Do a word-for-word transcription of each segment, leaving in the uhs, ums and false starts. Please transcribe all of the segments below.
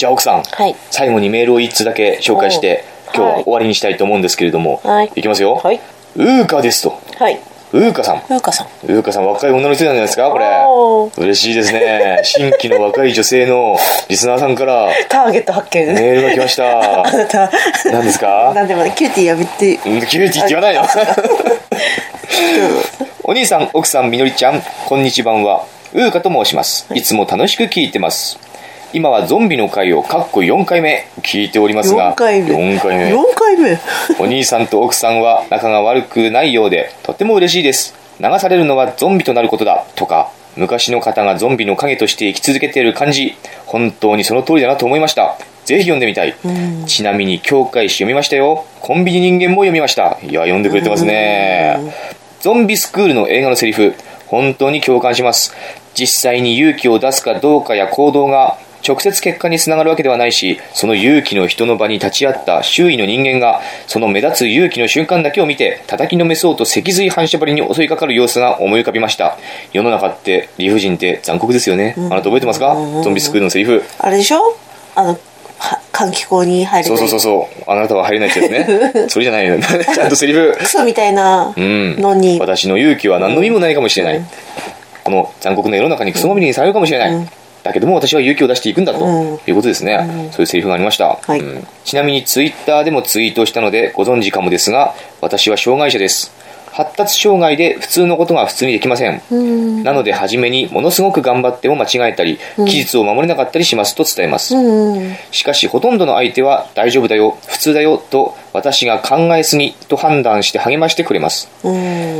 じゃあ奥さん、 はい、 最後にメールを一通だけ紹介して今日は終わりにしたいと思うんですけれども、はい、いきますよ、はい、ウーカですと。 はい、 ウーカさん。 ウーカさん。 ウーカさん、若い女の人なんじゃないですかこれ。嬉しいですね。新規の若い女性のリスナーさんからターゲット発見。 メールが来ました。あなた。何ですか？ なんでもキューティーやめて。 キューティーって言わないの？お兄さん、奥さん、みのりちゃん、こんにちはんは。ウーカと申します。いつも楽しく聞いてます。今はゾンビの回をかっこよんかいめ聞いておりますが、 よんかいめよんかいめよんかいめお兄さんと奥さんは仲が悪くないようでとても嬉しいです。流されるのはゾンビとなることだとか、昔の方がゾンビの影として生き続けている感じ、本当にその通りだなと思いました。ぜひ読んでみたい。ちなみに教会誌読みましたよ。コンビニ人間も読みました。いや、読んでくれてますね。ゾンビスクールの映画のセリフ、本当に共感します。実際に勇気を出すかどうかや行動が直接結果につながるわけではないし、その勇気の人の場に立ち会った周囲の人間がその目立つ勇気の瞬間だけを見て叩きのめそうと脊髄反射張りに襲いかかる様子が思い浮かびました。世の中って理不尽って残酷ですよね、うん、あなた覚えてますか、うん、ゾンビスクールのセリフ。あれでしょ、あの換気口に入れない。 そうそうそうそう、あなたは入れないってやつね。それじゃないの。ちゃんとセリフ。 クソみたいなのに、 うん、私の勇気は何の意味もないかもしれない、うん、この残酷な世の中にクソまみれにされるかもしれない、うん、だけども私は勇気を出していくんだと、うん、いうことですね、うん、そういうセリフがありました、はい、うん、ちなみにツイッターでもツイートしたのでご存知かもですが、私は障害者です。発達障害で普通のことが普通にできません、うん、なので初めにものすごく頑張っても間違えたり、うん、期日を守れなかったりしますと伝えます、うん、しかしほとんどの相手は大丈夫だよ、普通だよと私が考えすぎと判断して励ましてくれます、うん、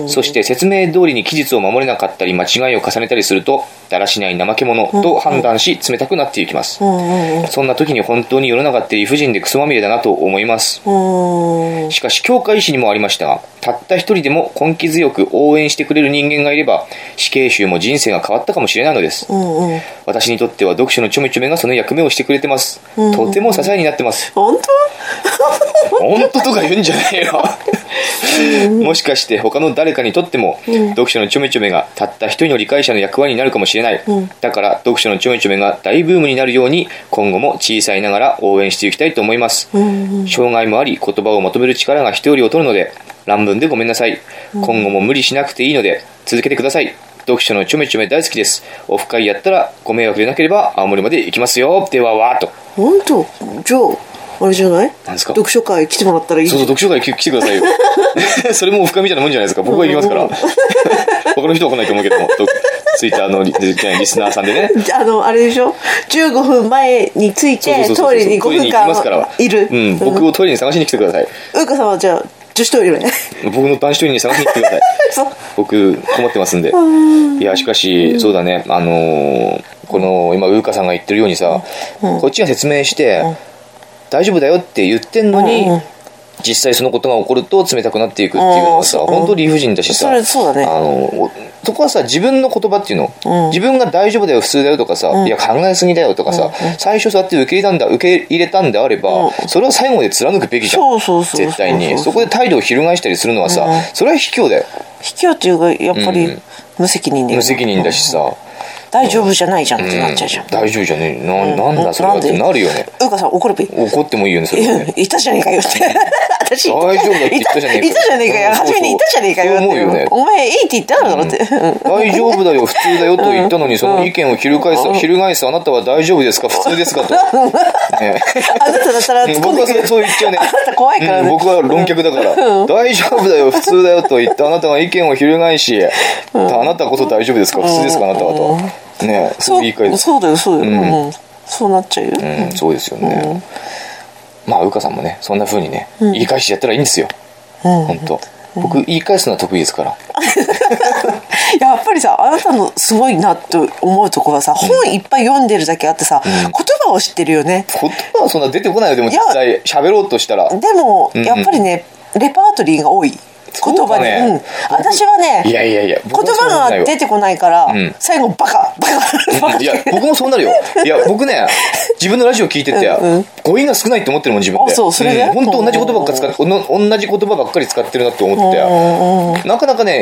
そして説明通りに期日を守れなかったり間違いを重ねたりするとだらしない怠け者と判断し冷たくなっていきます、うん、そんな時に本当に世の中って理不尽でクソまみれだなと思います、うん、しかし教会誌にもありましたが、たった一人でも根気強く応援してくれる人間がいれば死刑囚も人生が変わったかもしれないのです、うんうん、私にとっては読書のちょめちょめがその役目をしてくれてます、うん、とても支えになってます。 本当本当とか言うんじゃないよ。もしかして他の誰かにとっても、うん、読書のちょめちょめがたった一人の理解者の役割になるかもしれない、うん、だから読書のちょめちょめが大ブームになるように今後も小さいながら応援していきたいと思います、うんうん、障害もあり言葉をまとめる力が人より劣るので乱文でごめんなさい、うん、今後も無理しなくていいので続けてください。読書のちょめちょめ大好きです。オフ会やったらご迷惑でなければ青森まで行きますよ。ではわーっと。 本当？じゃああれじゃない？ 何ですか？ 読書会来てもらったらいい。 そうそう、読書会来てくださいよ。それもオフ会みたいなもんじゃないですか。僕は行きますから。他の人は来ないと思うけども、ツイッターの リ, リスナーさんでね。 あのあれでしょ。じゅうごふんまえに着いてトイレにごふんかんいる。 うん、僕をトイレに探しに来てください。 うかさんはじゃあ女子トイレね。 僕の男子トイレに探しに来てください。僕困ってますんで。いやしかし、うん、そうだね。あのー、この今ウーカさんが言ってるようにさ、うん、こっちが説明して。うん、大丈夫だよって言ってんのに、うんうん、実際そのことが起こると冷たくなっていくっていうのはさ、うん、本当理不尽だしさ、 それそうだね、 あのそこはさ自分の言葉っていうの、うん、自分が大丈夫だよ普通だよとかさ、うん、いや考えすぎだよとかさ、うん、最初そうやって受け入れたんだ受け入れたんであれば、うん、それは最後まで貫くべきじゃん。 そうそうそうそう絶対にそこで態度を翻したりするのはさ、うん、それは卑怯だよ。 卑怯っていうかやっぱり無責任だよ、ね、 無責任だしさ、うん、 大丈夫じゃないじゃんってなっちゃうじゃん、うん、 大丈夫じゃねえ な,、うん、なんだそれはってなるよね。 うかさん怒るべ怒ってもいいよねそれはね。 言ったじゃねえかよって私大丈夫だって言ったじゃねえかよ言ったじゃねえかよ初めに言ったじゃねえかよって思うよね。お前いいって言ったのだろって、うん、 大丈夫だよ普通だよと言ったのに、うん、その意見を翻す、うん、翻すあなたは大丈夫ですか普通ですかと、ね、 あなただったら突っ込んでくる。 僕はそう言っちゃうね。 あなた怖いからね、 うん、僕は論客だから、うん、大丈夫だよ普通だよと言ったあなたが意見を翻し、うん、あなたこそ大丈夫ですか普通ですかあなたはと、うんね、そう言い換える。 そうだよそうだよ、うんうん、そうなっちゃうよ、 うん、そうですよね、うん、まあうかさんもねそんな風にね、うん、言い返しやったらいいんですよ、うん、本当、うん、僕言い返すのは得意ですから。 やっぱりさあなたのすごいなと思うところはさ、うん、本いっぱい読んでるだけあってさ、うん、言葉を知ってるよね。 言葉はそんな出てこないよ。でも実際喋ろうとしたらでも、うんうん、やっぱりねレパートリーが多い言葉で、ね、うん、私はねいやいやいや言葉が出てこないから、うん、最後バカバカ、 うん、いや僕もそうなるよ。いや僕ね自分のラジオ聞いてて、うんうん、語彙が少ないって思ってるもん自分で。 あそうそれで、 うん、本当同じ言葉ばっかり使って同じ言葉ばっかり使ってるなって思ってて、うんうん、なかなかね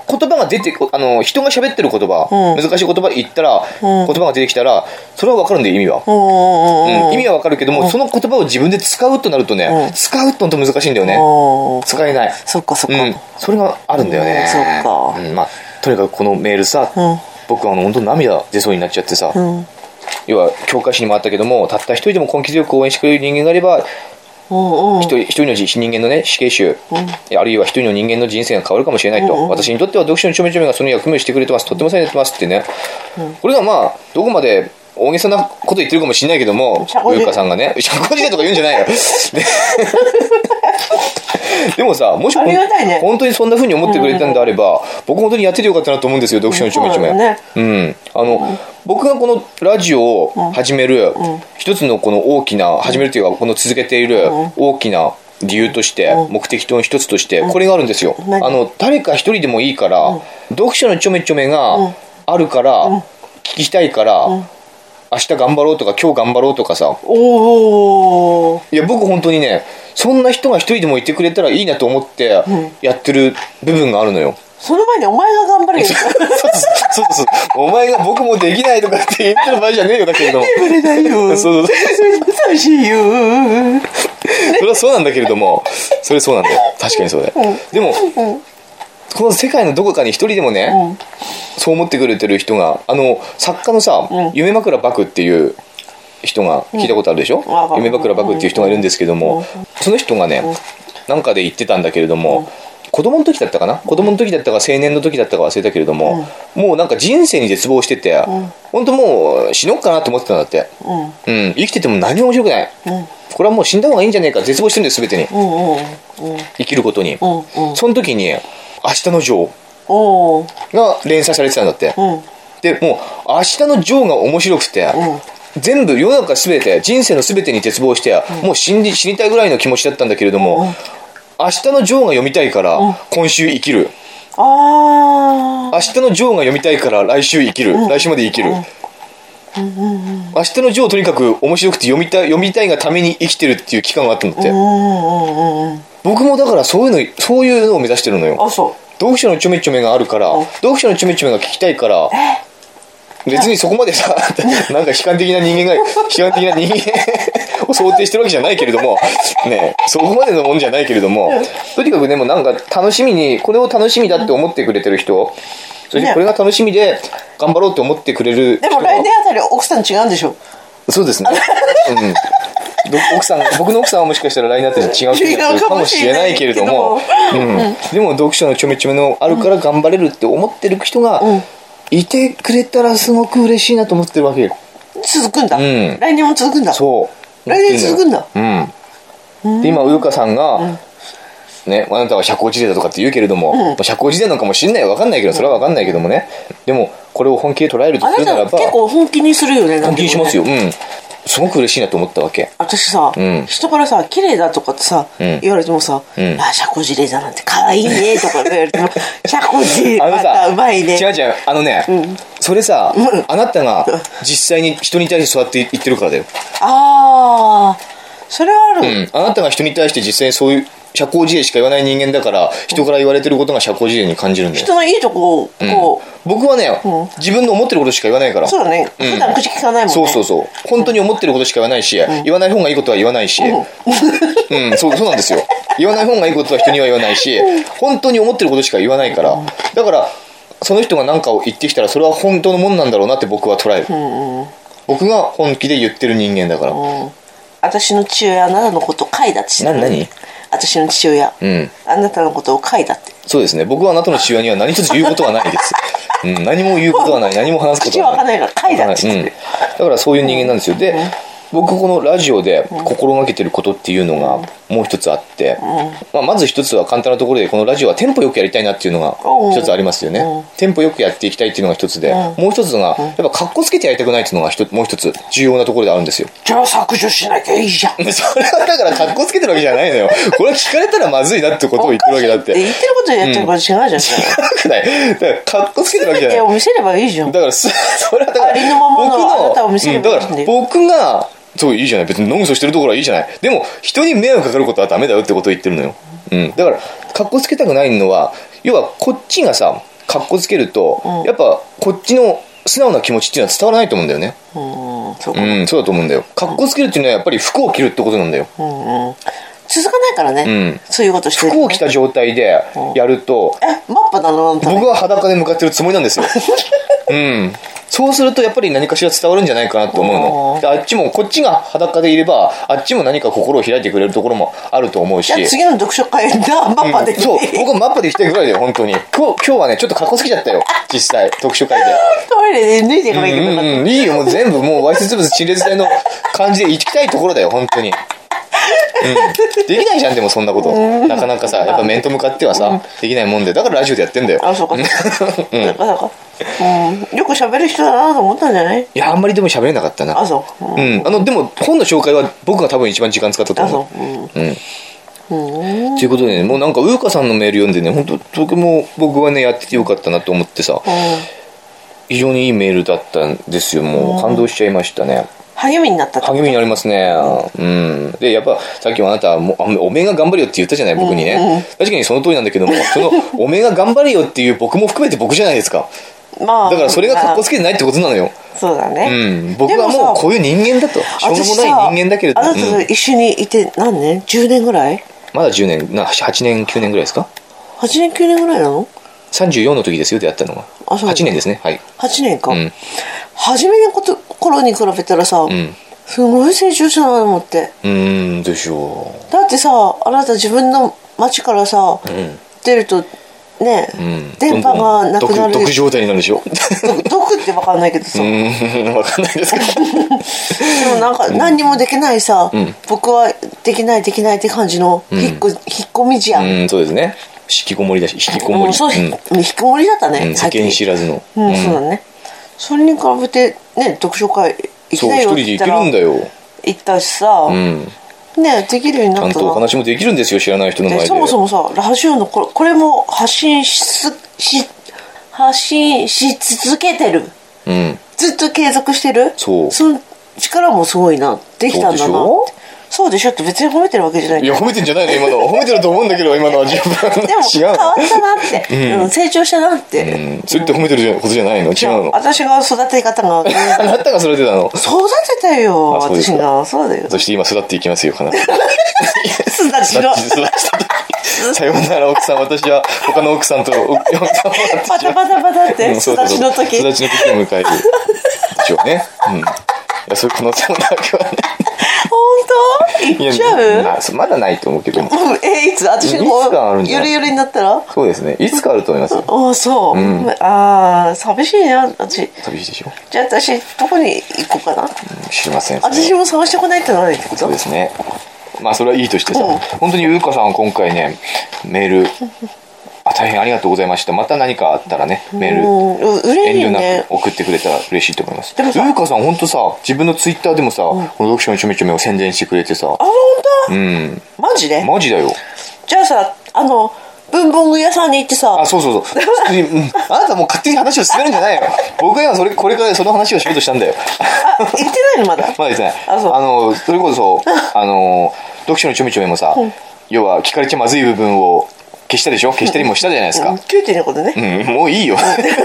言葉が出て、あの、人が喋ってる言葉、うん、難しい言葉言ったら、うん、言葉が出てきたら、それは分かるんだよ、意味は。うんうん、意味は分かるけども、うん、その言葉を自分で使うとなるとね、うん、使うと難しいんだよね。使えない。 そっかそっか。うん。 それがあるんだよね。 そっか。 うん、まあ、とにかくこのメールさ、うん、僕はあの、本当涙出そうになっちゃってさ、うん、要は、教科書にもあったけども、たった一人でも根気強く応援してくれる人間があれば、うんうん、一人一人の人間のね死刑囚、うん、あるいは一人の人間の人生が変わるかもしれないと、うんうん、私にとっては読書のちょめちょめがその役目をしてくれてます、とってもされてますってね、うん、これがまあどこまで大げさなこと言ってるかもしれないけども、優香さんがね社交辞令とか言うんじゃないよでもさ、もし、ね、本当にそんな風に思ってくれたんであれば、うん、僕本当にやっててよかったなと思うんですよ、読書のちょめちょめ、ね、うんあの、うん、僕がこのラジオを始める、うん、一つのこの大きな始めるというかこの続けている大きな理由として、うん、目的の一つとしてこれがあるんですよ、うん、あの誰か一人でもいいから、うん、読書のちょめちょめがあるから、うん、聞きたいから、うん、明日頑張ろうとか今日頑張ろうとかさ、おー、いや僕本当にねそんな人が一人でもいてくれたらいいなと思ってやってる部分があるのよ。 その前にお前が頑張れよ。そうそうそう。お前が僕もできないとかって言ってる場合じゃねえよだけれども。 眠れないよ。そうそう。寂しいよ。 それはそうなんだけれども、それそうなんだよ。確かにそうだよ。うん、でも、うん、この世界のどこかに一人でもね、うん、そう思ってくれてる人が、あの作家のさ、うん、夢枕漠っていう人が聞いたことあるでしょ、うん、夢枕漠っていう人がいるんですけども、うん、その人がね、なんかで言ってたんだけれども、うん、子供の時だったかな子供の時だったか青年の時だったか忘れたけれども、うん、もうなんか人生に絶望してて、うん、本当もう死のっかなと思ってたんだって、うんうん、生きてても何も面白くない、うん、これはもう死んだ方がいいんじゃねえか絶望してるんです全てに、うんうんうん、生きることに、うんうん、その時に明日のジョーが連載されてたんだって、うん、でもう明日のジョーが面白くて、うん全部世の中全て人生の全てに絶望して、うん、もう死に、死にたいぐらいの気持ちだったんだけれども、うん、明日のジョーが読みたいから、うん、今週生きる、あ明日のジョーが読みたいから来週生きる、うん、来週まで生きる、うんうんうん、明日のジョーとにかく面白くて読みたい、読みたいがために生きてるっていう期間があったんだって、うんうんうん、僕もだからそういうのそういうのを目指してるのよ。あそう読書のちょめちょめがあるから、うん、読書のちょめちょめが聞きたいから別にそこまでさなんか悲観的な人間が悲観的な人間を想定してるわけじゃないけれどもねそこまでのもんじゃないけれどもとにかくでもなんか楽しみにこれを楽しみだって思ってくれてる人そしてこれが楽しみで頑張ろうって思ってくれる人でも来年あたり奥さん違うんでしょ。 そうですね、うん奥さん僕の奥さんはもしかしたら来年あたり違う人になってるかもしれないけれども、うん、でも読書のちょめちょめのあるから頑張れるって思ってる人が、うんいてくれたらすごく嬉しいなと思ってるわけよ。 続くんだ、うん、来年も続くんだ。 そう来年続くんだ、 うん、で今うゆかさんが、うんね、あなたは社交辞令だとかって言うけれども、うん、社交辞令なのかもしれない分かんないけどそれは分かんないけどもねでもこれを本気で捉えるとするならばあなた結構本気にするよね。 本気にしますよ、うんすごく嬉しいなと思ったわけ。 私さ、うん、人からさ綺麗だとかってさ、うん、言われてもさ、うん、あ社交辞令だなんて可愛いねとか言われても社交辞令またうまいね。 違う違うあのね、うん、それさ、うん、あなたが実際に人に対してそうやって言ってるからだよ。 ああそれはある、 うん、あなたが人に対して実際にそういう社交辞令しか言わない人間だから人から言われてることが社交辞令に感じるんだよ。 人のいいとこをこう、うん、僕はね、うん、自分の思ってることしか言わないから。 そうだね、うん、普段口聞かないもんね。 そうそうそう本当に思ってることしか言わないし、うん、言わない方がいいことは言わないし、うんうん、そう、そうなんですよ言わない方がいいことは人には言わないし本当に思ってることしか言わないからだからその人が何かを言ってきたらそれは本当のもんなんだろうなって僕は捉える、うんうん、僕が本気で言ってる人間だから、うん、 私の父親はあなたのことを書いたって知ってる。 何私の父親、うん、あなたのことを書いたって。 そうですね僕はあなたの父親には何一つ言うことはないです、うん、何も言うことはない何も話すことはない。 口は開かないから書いたって言ってる、 うん、だからそういう人間なんですよ。で、うん僕このラジオで心がけてることっていうのがもう一つあって、うんまあ、まず一つは簡単なところでこのラジオはテンポよくやりたいなっていうのが一つありますよね、うん、テンポよくやっていきたいっていうのが一つで、うん、もう一つがやっぱカッコつけてやりたくないっていうのがもう一つ重要なところであるんですよ。 じゃあ削除しなきゃいいじゃん。 それはだからカッコつけてるわけじゃないのよこれは聞かれたらまずいなってことを言ってるわけだって言ってることやってること違うじゃん、うん、違くないだからカッコつけてるわけじゃない。 全てを見せればいいじゃん。 だからそれはだからありのままのあなたを見せればいいんだよ、うん、だから僕がそういいじゃない別にノンソしてるところはいいじゃない。でも人に迷惑かかることはダメだよってことを言ってるのよ、うん、だからカッコつけたくないのは要はこっちがさカッコつけると、うん、やっぱこっちの素直な気持ちっていうのは伝わらないと思うんだよね。うん、そうか、うん、そうだと思うんだよ。カッコつけるっていうのはやっぱり服を着るってことなんだよ。 うんうん、続かないからね、うん、そういうことしてる、ね、 服を着た状態でやると、 うん、えマッパなの？ 僕は裸で向かってるつもりなんですよ。うん、そうするとやっぱり何かしら伝わるんじゃないかなと思うので、あっちもこっちが裸でいればあっちも何か心を開いてくれるところもあると思うし、 じゃあ次の読書会がマッパで、うん、 そう僕はマッパで行きたいぐらいだよ本当に。今日今日はねちょっと格好つけちゃったよ実際読書会で。 トイレで脱いでいかないけど、うんうん、いいよもう全部もうわいせつ物陳列台の感じで行きたいところだよ本当に。うん、できないじゃんでもそんなことなかなかさやっぱ面と向かってはさ、うん、できないもんでだからラジオでやってんだよ。 あそうか、うん、だからか、うん、よく喋る人だなと思ったんじゃない？いやあんまりでも喋れなかったな。 あそう、うん、 うん、あのでも本の紹介は僕が多分一番時間使ったと思う。あそう、うんうんということでねもうなんかウーカさんのメール読んでね本当とても僕はねやっててよかったなと思ってさ、うん、非常にいいメールだったんですよ。もう感動しちゃいましたね。 励みになったって励みになりますね、うん、うん、でやっぱさっきもあなたもおめえが頑張れよって言ったじゃない僕にね、うんうん、確かにその通りなんだけどもそのおめえが頑張れよっていう僕も含めて僕じゃないですか。まあ、だからそれがかっこつけてないってことなのよ。 そうだね、 うん、僕はもうこういう人間だとしょうもない人間だけれどあなたと一緒にいて何年じゅうねんぐらい？ まだじゅうねんなはちねんきゅうねんぐらいですか。 はちねんきゅうねんぐらいなの？ さんじゅうよんの時ですよ出会ったのは。あそうはちねんですね。はいはちねんか、うん、初めのこと頃に比べたらさ、うんすごい成長したなと思って。 うーんでしょう。だってさあなた自分の町からさ、うん、出るとね、うん、電波がなくなる。 毒状態になるでしょ。 毒って分かんないけどさ。 うん分かんないですけど。 でもなんか何にもできないさ、うん、僕はできないできないって感じの引っこ、うん、引っ込みじゃん。 うんそうですね。引きこもりだし引きこもり。 うん、そう、うん、引きこもりだったね。 うん、世間知らずの。 うん、うん、そうだね。それに比べてね読書会行きたいよって言ったらそう一人で行けるんだよ。 行ったしさ、うん、ねできるようになったらちゃんとお話もできるんですよ知らない人の前で。 そもそもさラジオのこれ、これも発信しし発信し続けてる、うん、ずっと継続してる。そうその力もすごいなできたんだなって。そうでしょって別に褒めてるわけじゃない。 いや褒めてんじゃないの今の褒めてると思うんだけど今のは自分でも変わったなって、うん、成長したなって、 うん、それって褒めてることじゃないの？違うの？ 私が育て方があなたが育てたの？ 育てたよ私が。そうだよ。 そして今育っていきますよ必ずすだちのさようなら奥さん私は他の奥さんとパタパタパタってすだちの時すだちの時を迎えるでしょうね。うんいやそういう可能性もなくはね。 本当？行っちゃう？まだないと思うけども。 えいつ私がゆるゆるになったら？ そうですねいつかあると思いますよ。 ああそう、うん、ああ寂しいね私。 寂しいでしょ。 じゃあ私どこに行こうかな、うん、 知りません。 私も探してこないってなるってこと？ そうですね。まあそれはいいとしてさ、うん、本当にうーかさん今回ねメールあ大変ありがとうございました。また何かあったらねメール、うん、遠慮なく送ってくれたら嬉しいと思います。でもさうーかさん本当さ自分のツイッターでもさ、うん、この読書のちょめちょめを宣伝してくれてさ。あ本当？うんマジで？ マジだよ。 じゃあさあの文房具屋さんに行ってさ。 あそうそうそううん、あなたもう勝手に話を進めるんじゃないよ。僕は今それこれからその話をしようとしたんだよ。 あ言ってないのまだまだ言ってない。あそうあのそれこそあの読書のちょめちょめもさ、うん、要は聞かれちゃまずい部分を消したでしょ。消したりもしたじゃないですか。 消えてることね、 うん、もういいよ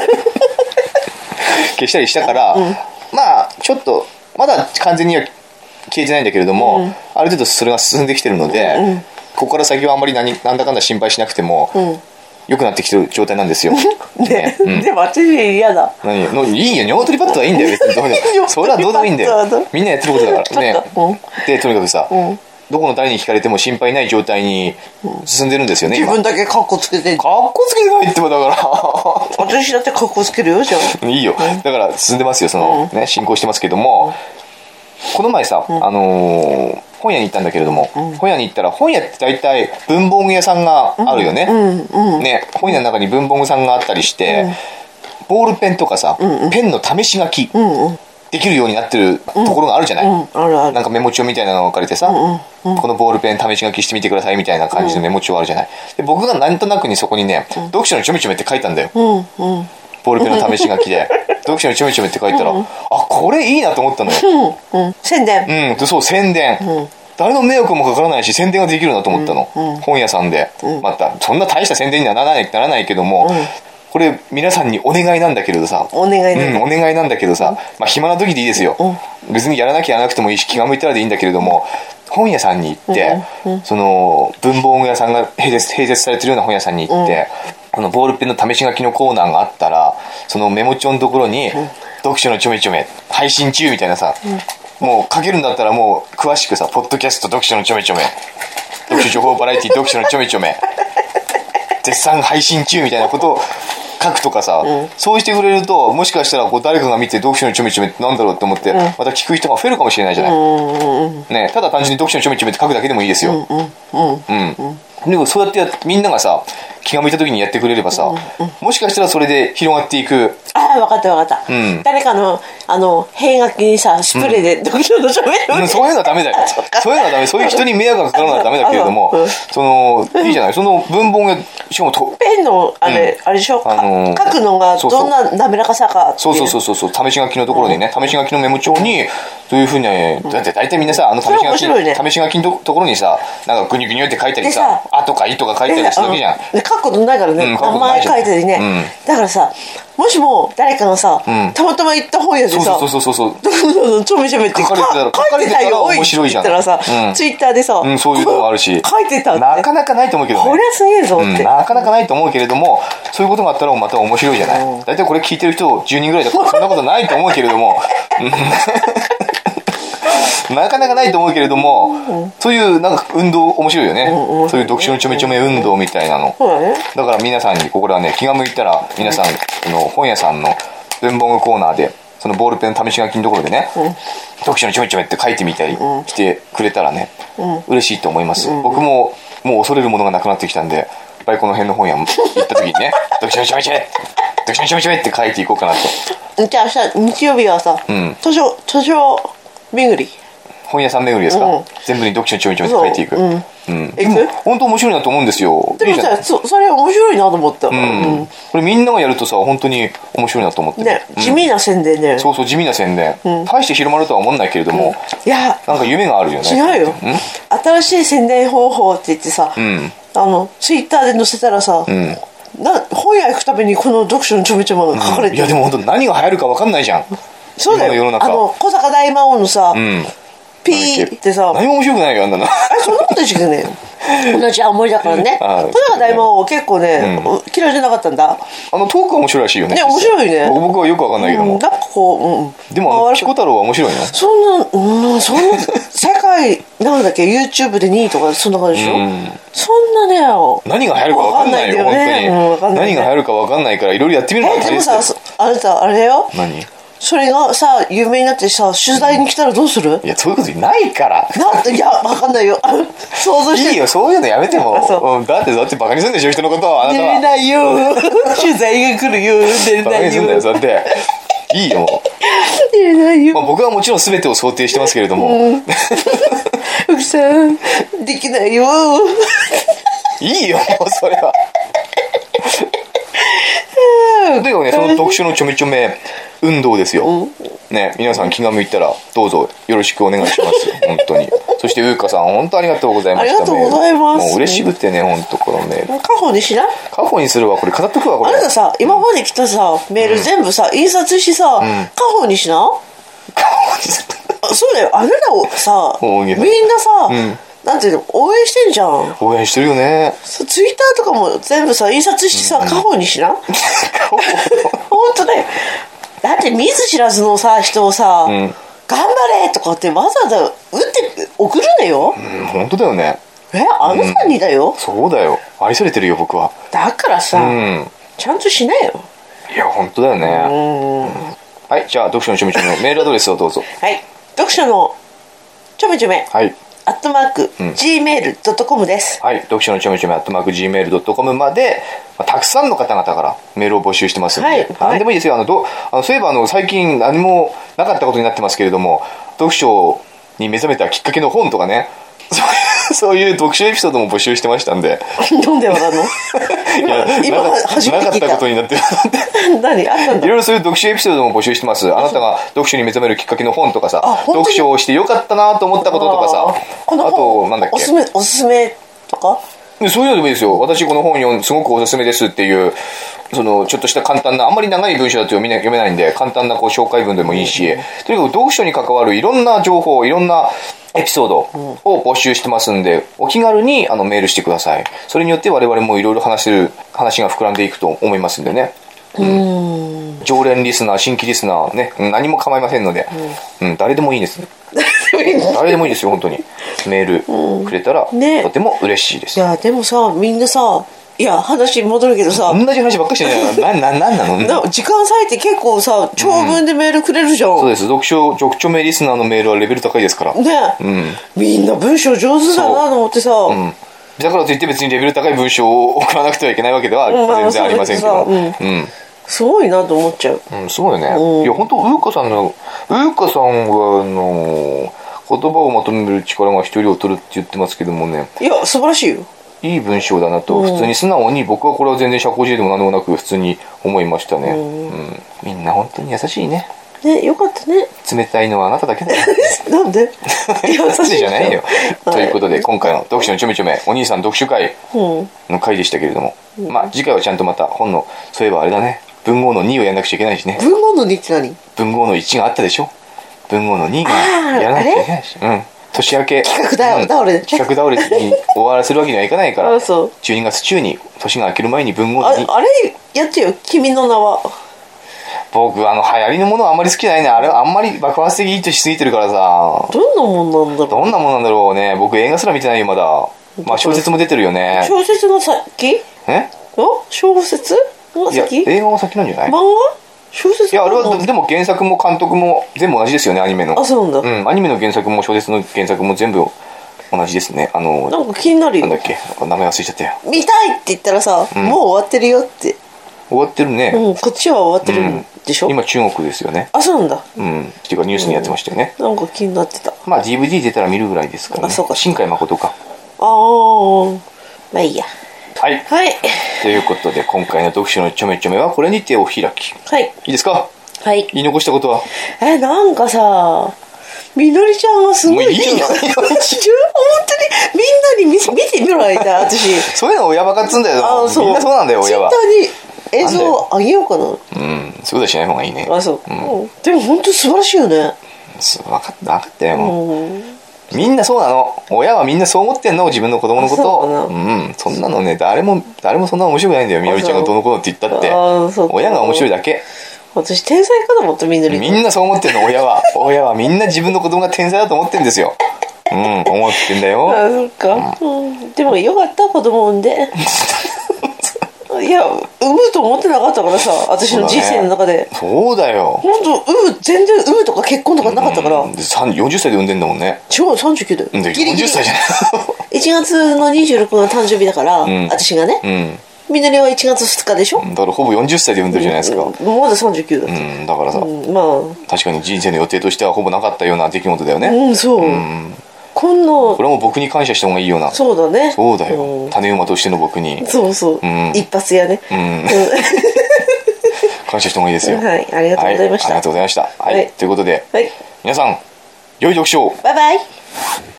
消したりしたから、うん、まあちょっとまだ完全には消えてないんだけれども、うん、ある程度それが進んできてるので、うん、ここから先はあんまり何なんだかんだ心配しなくても、うん、良くなってきてる状態なんですよ。 ね、うん、でも私嫌だ。 何のいいよ尿取りパッドはいいんだよ別にどうでもそれはどうでもいいんだよ。みんなやってることだからね、うん、でとにかくさ、うんどこの誰に聞かれても心配ない状態に進んでるんですよね、 うん、自分だけカッコつけてカッコつけてないってもだから私だってカッコつけるよじゃあいいよ、だから進んでますよその、うん、ね進行してますけども、うん、この前さ、うん、あのー、本屋に行ったんだけれども、うん、本屋に行ったら本屋って大体文房具屋さんがあるよね、うんうん、ね本屋の中に文房具さんがあったりして、うん、ボールペンとかさ、うんうん、ペンの試し書き、うんうんできるようになってるところがあるじゃない、うんうん、あるあるなんかメモ帳みたいなのを借りてさ、うんうん、このボールペン試し書きしてみてくださいみたいな感じのメモ帳あるじゃない、で僕がなんとなくにそこにね、うん、読書のちょめちょめって書いたんだよ、うんうん、ボールペンの試し書きで読書のちょめちょめって書いたら、うん、あこれいいなと思ったのよ、 うんうん、宣伝うんそう宣伝、うん誰の迷惑もかからないし宣伝ができるなと思ったの、うんうん、本屋さんで、うん、またそんな大した宣伝にはならないならないけども、うんこれ皆さんにお願いなんだけれどさ、 お願いなんだ、 うん、お願いなんだけどさ、まあ暇な時でいいですよ、うん、別にやらなきゃやらなくてもいいし気が向いたらでいいんだけれども、本屋さんに行って、うんうん、その文房具屋さんが併設、併設されてるような本屋さんに行って、うん、このボールペンの試し書きのコーナーがあったら、そのメモ帳のところに、うん、読書のちょめちょめ配信中みたいなさ、うん、もう書けるんだったらもう詳しくさ、ポッドキャスト読書のちょめちょめ、読書情報バラエティ読書のちょめちょめ絶賛配信中みたいなことを書くとかさ、うん、そうしてくれると、もしかしたらこう誰かが見て読書のちょめちょめってなんだろうって思って、うん、また聞く人が増えるかもしれないじゃない、うんうん、ね、ただ単純に読書のちょめちょめって書くだけでもいいですよ、うんうんうんうん、でもそうやってやみんながさ気が向いた時にやってくれればさ、うんうん、もしかしたらそれで広がっていく。 ああ、分かった分かった、うん、誰かのあの塀書きにさスプレーで読書のちょめちょめ、 うん、そういうのはダメだよそういうのはダメ、そういう人に迷惑がかかるのはダメだけれども、うん、そのいいじゃない、その文房具しかもとペンのあれ、うん、あれでしょ、あのー、書くのがどんな滑らかさかっていう、 そうそうそうそう、試し書きのところにね、うん、試し書きのメモ帳にそういうふうに、ね、だって大体みんなさ、あの試し書き、ね、試し書きのところにさ、なんかグニュグニュって書いたりさ、あとかいとか書いたりするわけじゃん。 書くことないからね、うん、名前書いたりね、うん、だからさ、もしも誰かがさ、うん、たまたま行った本屋でさ、 そうそうそうそうそうちょめちょめって書かれてたら、書かれてたら面白いじゃん。 って言ったらさ、うん、ツイッターでさ、 うん、そういうのもあるし、 書いてたってなかなかないと思うけどね。 こりゃすげえぞって、 うん、なかなかないと思うけれども、そういうことがあったらまた面白いじゃない。うん、大体これ聞いてる人じゅうにんぐらいだからそんなことないと思うけれども。なかなかないと思うけれども、うん、そういうなんか運動面白いよね、うんうん、そういう読書のちょめちょめ運動みたいなの、うん、だから皆さんにここらね、気が向いたら皆さん、うん、の本屋さんの文房具コーナーでそのボールペンの試し書きのところでね、うん、読書のちょめちょめって書いてみたりしてくれたらね、うん、嬉しいと思います、うん、僕ももう恐れるものがなくなってきたんで、やっぱりこの辺の本屋行った時にね読書のちょめちょめ読書のちょめちょめって書いていこうかなと。 じゃあさ、日曜日はさ、うん、図書図書巡り、 本屋さん巡りですか、うん、全部に読書のちょめちょめって書いていく、うんうん、でも本当面白いなと思うんですよ。 でもさ、そ, それ面白いなと思った、うんうん、これみんながやるとさ本当に面白いなと思ってね、うん、地味な宣伝ね。 そうそう、地味な宣伝、うん、大して広まるとは思わないけれども、うん、いやなんか夢があるよね。 違うよ、うん、新しい宣伝方法って言ってさ、うん、あのツイッターで載せたらさ、うんな本屋行くたびにこの読書のちょめちょめが書かれてる、うん、いやでも本当何が流行るか分かんないじゃん。 そうだよ、世の中あの小坂大魔王のさ、うん、ピーってさ、 何も面白くないよあんなの。あれそんなことしかね同じ青森だからね。小坂大魔王結構ね、うん、嫌いじゃなかったんだ。 あのトークは面白いらしいよね。 ね、面白いね。 僕はよく分かんないけども、 うん、なんかこう、うん、 でもピコ太郎は面白いの。 そんな、うん、そんな世界なんだっけ YouTube でにいとかそんな感じでしょ、うん、そんなね何が流行るか分かんないよ、ね、本当に、うん、何が流行るか分かんないからいろいろやってみるのが大切だよ。 でもさ、あなたあれだよ、 何それがさ有名になってさ取材に来たらどうする、うん、 いやそういうことないからなんていや分かんないよ想像していいよ、そういうのやめても、うん、だってだってバカにするんでしょ人のことを。あなたは出れないよ取材が来るよ出れないよ、バカにするんだよ。 だっていいよもう出れないよ、 まあ、僕はもちろん全てを想定してますけれども、うん、 奥さんできないよいいよもうそれはというかね、その読書のちょめちょめ運動ですよ、うん、ね、皆さん気が向いたらどうぞよろしくお願いします本当に。そしてうーかさん本当ありがとうございました。 ありがとうございます。 もう嬉しくてね、本当このメール家宝にしな家宝にするわ。これ飾っとくわこれ。 あなたさ今まで来たさ、うん、メール全部さ印刷してさ、うん、家宝にしな。 家宝にするそうだよ、あなたをさみんなさ、うんなんていうの応援してんじゃん。 応援してるよね。 ツイッターとかも全部さ印刷してさ、うん、家宝にしな本当だよ。だって見ず知らずのさ人をさ、うん、頑張れとかってわざわざ打って送るのよ、 うん、本当だよね。 えあなたにだよ、 うん、そうだよ、愛されてるよ僕は。 だからさ、うん、ちゃんとしなよ。 いや本当だよね。うん、はい、じゃあ読書のちょめちょめのメールアドレスをどうぞ。 はい読書のちょめちょめはいアットマーク ジーメールドットコム です。 はい、読書のちょめちょめアットマーク ジーメールドットコム まで、まあ、たくさんの方々からメールを募集してますので、はい、何でもいいですよ。あのどあのそういえばあの最近何もなかったことになってますけれども、読書に目覚めたきっかけの本とかね、そういう読書エピソードも募集してましたんで。 なんでわかんの？いや今初めて聞いた。なかったことになってる。 何あったんだ。 いろいろそういう読書エピソードも募集してます。あなたが読書に目覚めるきっかけの本とかさ、読書をしてよかったなと思ったこととかさ、あとなんだっけ、 おすすめおすすめとか。 そういうのでもいいですよ。私この本読んすごくおすすめですっていうそのちょっとした簡単な、あんまり長い文章だと読めない、読めないんで、簡単なこう紹介文でもいいし、うん、とにかく読書に関わるいろんな情報、いろんなエピソードを募集してますんで、お気軽にあのメールしてください。それによって我々もいろいろ話せる、話が膨らんでいくと思いますんでね。うん、常連リスナー、新規リスナーね、何も構いませんので、うん、うん、誰でもいいです。誰でもいいですよ、本当に。メールくれたら、ね、とても嬉しいです。 いや、でもさ、みんなさ、いや、話戻るけどさ、 同じ話ばっかりしてないな、な、なんなのな時間割いて結構さ、長文でメールくれるじゃん。うん、 そうです。読書、読書名リスナーのメールはレベル高いですから。 ね、うん、みんな文章上手だなと思ってさ、うん、 だからといって別にレベル高い文章を送らなくてはいけないわけでは全然ありませんけど。うんうん、 すごいなと思っちゃう。 うん、すごいね。うん、いや、本当ウーカさんの、ウーカさんは、あの、言葉をまとめる力が一人を取るって言ってますけどもね。 いや、素晴らしいよ。 いい文章だなと、普通に素直に、僕はこれは全然社交辞令でも何でもなく普通に思いましたね。うん、うん、みんな本当に優しいね。 ね、よかったね。 冷たいのはあなただけだよ。 なんで優しいじゃないよ。ということで、今回の読書のちょめちょめ、お兄さん読書会の回でしたけれども、うん、まあ次回はちゃんとまた本の、そういえばあれだね、文豪のにをやんなくちゃいけないしね。 文豪のにって何？ 文豪のいちがあったでしょ。文豪のにがやらなくちゃいけないし。うん。年明け企画倒れ、うん、 企画倒れに終わらせるわけにはいかないからじゅうにがつ中に年が明ける前に文豪のにあ, あれやってよ、君の名は。 僕あの流行りのものはあんまり好きじゃないね。あれあんまり爆発的にヒットしすぎてるからさ。 どんなもんなんだろう。 どんなもんなんだろうね。僕映画すら見てないよまだ。まあ小説も出てるよね。 小説の先？ え？ お？小説の先？ いや映画も先なんじゃない？ 漫画？小説？ いやあれはでも原作も監督も全部同じですよね、アニメの。 あ、そうなんだ。 うん、アニメの原作も小説の原作も全部同じですね。あのなんか気になるよ。 なんだっけ、名前忘れちゃったよ。 見たいって言ったらさ、うん、もう終わってるよって。 終わってるね。 うん、こっちは終わってるんでしょ。 うん、今中国ですよね。 あ、そうなんだ。 うん。っていうかニュースにやってましたよね。 うん、なんか気になってた。 まあ ディーブイディー 出たら見るぐらいですからね。あ、そうか。新海誠か。 ああ、まあいいや。 はい。 はい。 ということで今回の読書のちょめちょめはこれにてお開き。 はい。 いいですか？ はい。 言い残したことは？ え、なんかさ、みのりちゃんはすごい。もういいよ。本当に、みんなに見見てみろ、いた、私。 そういうの親バカっつんだよ。あ、そう。みんなそうなんだよ、親は。 ツイッターに映像あげようかな。うん、 そういうことしない方がいいね。 あ、そう。うん、でも本当素晴らしいよね。 分かった、分かったよ。うん、みんなそうなの。親はみんなそう思ってんの、自分の子供のことを。うん、そんなのね、誰も、誰もそんな面白くないんだよ。みのりちゃんがどの子のって言ったって。親が面白いだけ。 私天才かと思った、みんなみんなそう思ってんの、親は。親はみんな自分の子供が天才だと思ってんですよ。うん、思ってんだよ。 あ、そっか。うん、でもよかった、子供産んで。いや、産むと思ってなかったからさ、私の人生の中で。 そうだよ。 本当産む、全然産むとか結婚とかなかったから。うん、 よんじゅっさいで産んでんだもんね。 違う、さんじゅうきゅうだよ。 よんじゅっさいじゃない。 いちがつのにじゅうろくが誕生日だから、うん、私がね。うん。みのりはいちがつふつかでしょ。 だからほぼよんじゅっさいで産んでるじゃないですか。うん、 まださんじゅうきゅうだった。 うん、だからさ、うん、 まあ確かに人生の予定としてはほぼなかったような出来事だよね。 うん、そう。うん、こんなこれはもう僕に感謝した方がいいよな。 そうだね。 そうだよ、うん、種馬としての僕に。 そうそう、うん、一発やね。うん。 感謝した方がいいですよ。 はい、ありがとうございました。 はい、ありがとうございました。はい、はい、ということで、 はい、 皆さん良い読書を。 バイバイ。